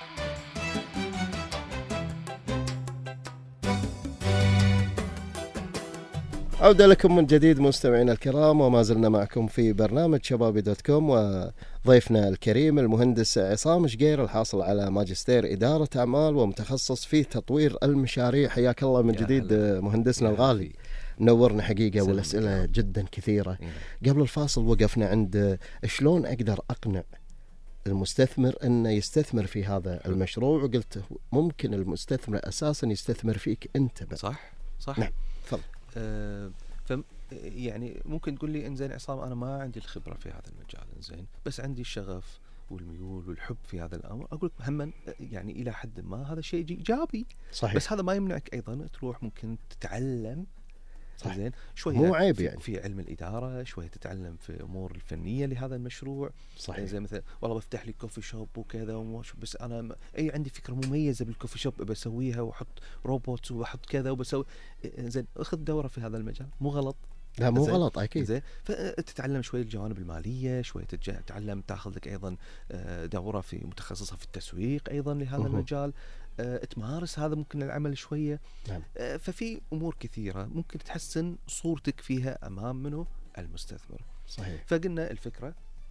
Speaker 1: عودة لكم من جديد مستمعينا الكرام، وما زلنا معكم في برنامج شبابي دوت كوم، وضيفنا الكريم المهندس عصام شقير الحاصل على ماجستير إدارة أعمال ومتخصص في تطوير المشاريع. حياك الله من جديد مهندسنا الغالي، نورنا حقيقة والأسئلة جدا كثيرة. قبل الفاصل وقفنا عند شلون أقدر أقنع المستثمر أنه يستثمر في هذا المشروع، وقلت ممكن المستثمر أساسا يستثمر فيك أنت بقى.
Speaker 2: صح صح.
Speaker 1: نعم تفضل.
Speaker 2: آه ف يعني ممكن تقول لي انزين عصام انا ما عندي الخبره في هذا المجال، انزين بس عندي الشغف والميول والحب في هذا الامر. اقول لك هم يعني الى حد ما هذا شيء ايجابي.
Speaker 1: صحيح.
Speaker 2: بس هذا ما يمنعك ايضا تروح ممكن تتعلم.
Speaker 1: صح.
Speaker 2: زين شويه
Speaker 1: مو عيب يعني
Speaker 2: في علم الاداره، شويه تتعلم في امور الفنيه لهذا المشروع.
Speaker 1: صحيح.
Speaker 2: زي مثلا والله بفتح لي كوفي شوب وكذا ومش بس انا م... اي عندي فكره مميزه بالكوفي شوب بسويها واحط روبوت وبحط كذا وبسوي. زين اخذ دوره في هذا المجال، مو غلط.
Speaker 1: لا مو غلط اكيد.
Speaker 2: زين فتتعلم شويه الجوانب الماليه، شويه تتعلم تاخذ لك ايضا دوره في متخصصه في التسويق ايضا لهذا
Speaker 1: مه.
Speaker 2: المجال. أه تمارس هذا ممكن العمل شويه.
Speaker 1: نعم.
Speaker 2: أه ففي امور كثيره ممكن تحسن صورتك فيها امام منه المستثمر.
Speaker 1: صحيح.
Speaker 2: فقلنا الفكره،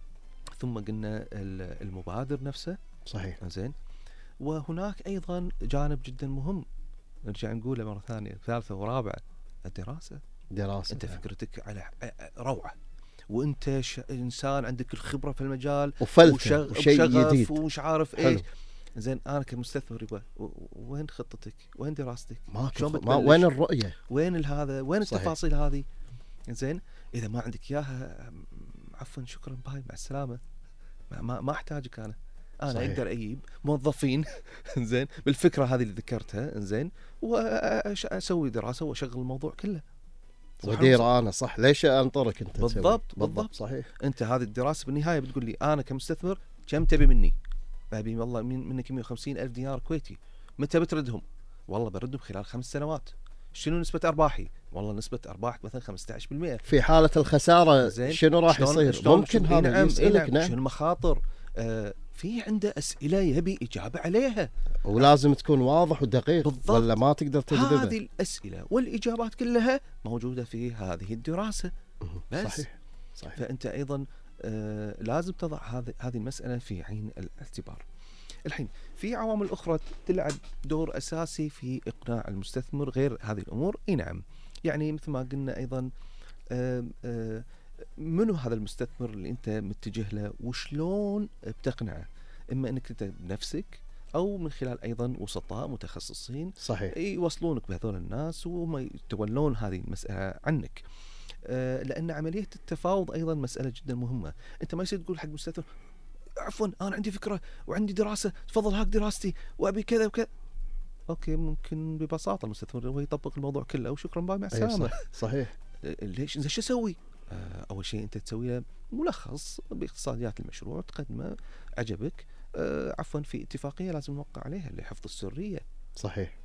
Speaker 2: ثم قلنا المبادر نفسه.
Speaker 1: صحيح.
Speaker 2: زين وهناك ايضا جانب جدا مهم نرجع نقوله مره ثانيه ثالثه ورابعه، الدراسه.
Speaker 1: دراسه.
Speaker 2: انت فكرتك على روعه، وانت ش... انسان عندك الخبره في المجال
Speaker 1: وفلتة وشيء جديد
Speaker 2: ومش عارف ايش. زين انا كمستثمر يبا وين خطتك؟ وين دراستك؟
Speaker 1: شلون ما وين الرؤيه؟
Speaker 2: وين هذا؟ وين التفاصيل هذه؟ زين اذا ما عندك اياها عفوا شكرا باي مع السلامه، ما ما, ما احتاجك انا. انا صحيح. اقدر اجيب موظفين زين بالفكره هذه اللي ذكرتها زين واسوي دراسه واشغل الموضوع كله
Speaker 1: ودير انا. صح. ليش انطرك انت؟
Speaker 2: بالضبط بالضبط.
Speaker 1: بالضبط صحيح.
Speaker 2: انت هذه الدراسه بالنهايه بتقول لي انا كمستثمر كم تبي مني؟ ابي والله منك مئة وخمسين ألف دينار كويتي. متى بتردهم؟ والله بردهم خلال خمس سنوات. شنو نسبة أرباحي؟ والله نسبة أرباحك مثلا خمسة عشر بالمئة.
Speaker 1: في حالة الخسارة شنو راح يصير؟
Speaker 2: شلون
Speaker 1: ممكن
Speaker 2: شلون
Speaker 1: هذا
Speaker 2: نعم
Speaker 1: يسألك.
Speaker 2: نعم.
Speaker 1: نعم.
Speaker 2: شنو المخاطر؟ آه في عنده أسئلة يبي إجابة عليها،
Speaker 1: ولازم تكون واضح ودقيق
Speaker 2: بالضبط.
Speaker 1: ولا ما تقدر تجذبه.
Speaker 2: هذه الأسئلة والإجابات كلها موجودة في هذه الدراسة. بس
Speaker 1: صحيح. صحيح.
Speaker 2: فأنت أيضا آه لازم تضع هذه هذه المسألة في عين الاعتبار. الحين في عوامل أخرى تلعب دور أساسي في إقناع المستثمر غير هذه الأمور. إيه نعم، يعني مثل ما قلنا أيضا آه آه منو هذا المستثمر اللي أنت متجه له وشلون بتقنعه، إما أنك أنت بنفسك أو من خلال أيضا وسطاء متخصصين.
Speaker 1: صحيح.
Speaker 2: يوصلونك بهذول الناس وهم يتولون هذه المسألة عنك. آه لأن عملية التفاوض أيضا مسألة جدا مهمة. أنت ما يصير تقول حق مستثمر عفوا أنا عندي فكرة وعندي دراسة، تفضل هاك دراستي وأبي كذا وكذا. أوكي ممكن ببساطة المستثمر هو يطبق الموضوع كله وشكرا باي مع السلامة.
Speaker 1: صح. صحيح.
Speaker 2: ليش إذا شو أسوي؟ آه أول شيء أنت تسوي له ملخص باقتصاديات المشروع تقدمه، عجبك آه عفوا في اتفاقية لازم نوقع عليها لحفظ السرية.
Speaker 1: صحيح.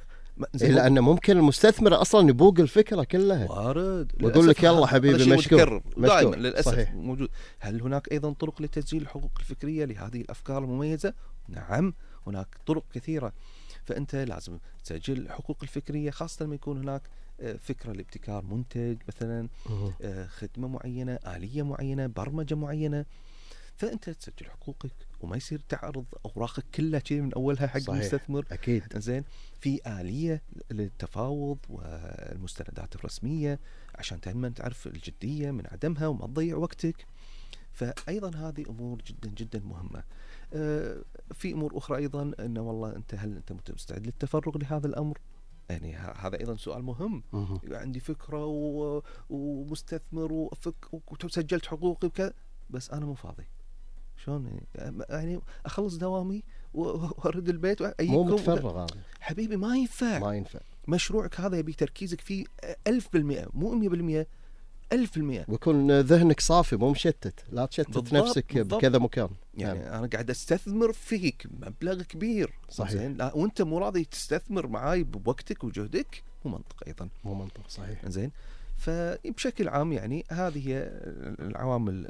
Speaker 1: إيه لأنه ممكن المستثمر أصلا يبوق الفكرة كلها.
Speaker 2: وارد.
Speaker 1: ويقول لك يلا حبيبي مشكور.
Speaker 2: دائما للأسف صحيح. موجود. هل هناك أيضا طرق لتسجيل الحقوق الفكرية لهذه الأفكار المميزة؟ نعم هناك طرق كثيرة. فأنت لازم تسجل الحقوق الفكرية، خاصة لما يكون هناك فكرة لابتكار منتج مثلا، خدمة معينة، آلية معينة، برمجة معينة. فأنت تسجل حقوقك وما يصير تعرض أوراقك كلها شيء من أولها حق صحيح. المستثمر.
Speaker 1: أكيد.
Speaker 2: زين في آلية للتفاوض والمستندات الرسمية عشان دائما تعرف الجدية من عدمها وما تضيع وقتك. فأيضا هذه أمور جدا جدا مهمة. آه في أمور أخرى أيضا أنه والله أنت هل أنت مستعد للتفرغ لهذا الأمر؟ يعني هذا أيضا سؤال مهم. عندي فكرة ومستثمر وفك وسجلت حقوقي وكذا بس أنا مو فاضي. شلون يعني أخلص دوامي وأرد البيت
Speaker 1: مو متفرغ هذا
Speaker 2: حبيبي؟ ما ينفع.
Speaker 1: ما ينفع
Speaker 2: مشروعك هذا يبي تركيزك فيه ألف بالمئة، مو مية بالمئة، ألف بالمئة،
Speaker 1: ويكون ذهنك صافي مو مشتت، لا تشتت
Speaker 2: بالضبط
Speaker 1: نفسك
Speaker 2: بالضبط.
Speaker 1: بكذا مكان.
Speaker 2: يعني
Speaker 1: يعني.
Speaker 2: أنا قاعد أستثمر فيك مبلغ كبير،
Speaker 1: صحيح.
Speaker 2: زين، لا وأنت مو راضي تستثمر معاي بوقتك وجهدك، مو منطق أيضا،
Speaker 1: مو منطق. صحيح.
Speaker 2: زين. فبشكل عام يعني هذه هي العوامل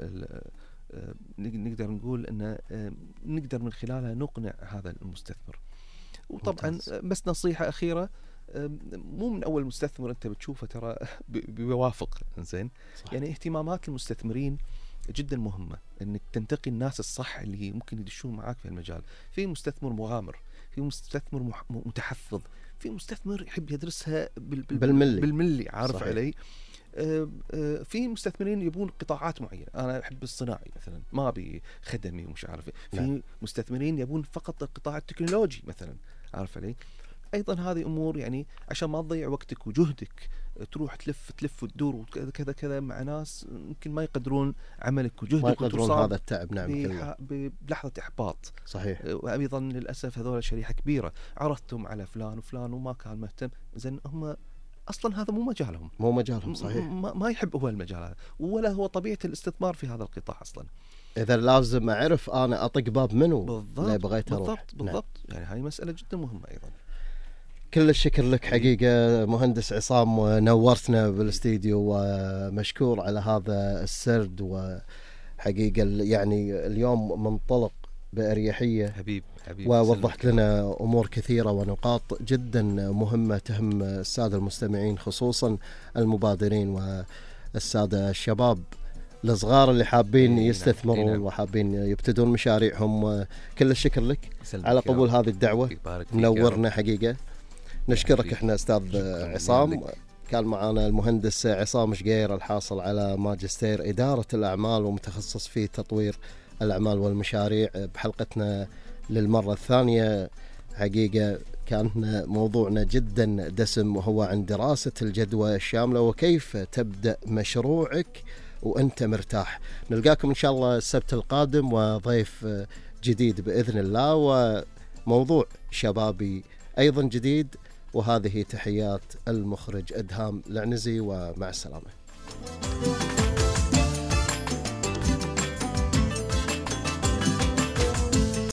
Speaker 2: نقدر نقول أن نقدر من خلالها نقنع هذا المستثمر. وطبعا
Speaker 1: ممتاز.
Speaker 2: بس نصيحة أخيرة، مو من أول مستثمر أنت بتشوفه ترى بيوافق، زين. يعني اهتمامات المستثمرين جدا مهمة، أنك تنتقي الناس الصح اللي ممكن يدشون معاك في المجال. في مستثمر مغامر، في مستثمر متحفظ، في مستثمر يحب يدرسها بال
Speaker 1: بالملي
Speaker 2: بالملي عارف
Speaker 1: صحيح.
Speaker 2: علي. في مستثمرين يبون قطاعات معينة، أنا أحب الصناعي مثلا، ما أبي خدمي ومش عارف. في لا. مستثمرين يبون فقط القطاع التكنولوجي مثلا، عارف علي. أيضا هذه أمور يعني عشان ما تضيع وقتك وجهدك تروح تلف تلف وتدور وكذا كذا كذا مع ناس يمكن ما يقدرون عملك وجهدك،
Speaker 1: ما يقدرون هذا التعب. نعم.
Speaker 2: بلحظة إحباط.
Speaker 1: صحيح.
Speaker 2: وأيضا للأسف هذول شريحة كبيرة، عرضتم على فلان وفلان وما كان مهتم، زين هم أصلا هذا مو مجالهم،
Speaker 1: مو مجالهم. صحيح.
Speaker 2: ما, ما يحب هو المجال هذا، ولا هو طبيعة الاستثمار في هذا القطاع أصلا.
Speaker 1: إذا لازم أعرف أنا أطق باب منو
Speaker 2: بالضبط
Speaker 1: بغيت أروح.
Speaker 2: بالضبط بالضبط. نعم. يعني هاي مسألة جدا مهمة أيضا.
Speaker 1: كل الشكر لك حقيقة مهندس عصام، ونورتنا بالاستديو، ومشكور على هذا السرد. وحقيقة يعني اليوم منطلق بأريحية
Speaker 2: حبيب حبيب،
Speaker 1: ووضحت لنا أمور كثيرة ونقاط جدا مهمة تهم السادة المستمعين، خصوصا المبادرين والسادة الشباب الصغار اللي حابين يستثمرون وحابين يبتدون مشاريعهم. كل الشكر لك على قبول هذه الدعوة، منورنا حقيقة. نشكرك احنا استاذ عصام. كان معنا المهندس عصام شقير الحاصل على ماجستير إدارة الأعمال ومتخصص في تطوير الأعمال والمشاريع. بحلقتنا للمرة الثانية حقيقة كان موضوعنا جدا دسم، وهو عن دراسة الجدوى الشاملة وكيف تبدأ مشروعك وأنت مرتاح. نلقاكم إن شاء الله السبت القادم وضيف جديد بإذن الله، وموضوع شبابي أيضا جديد. وهذه تحيات المخرج أدهام العنزي، ومع السلامة.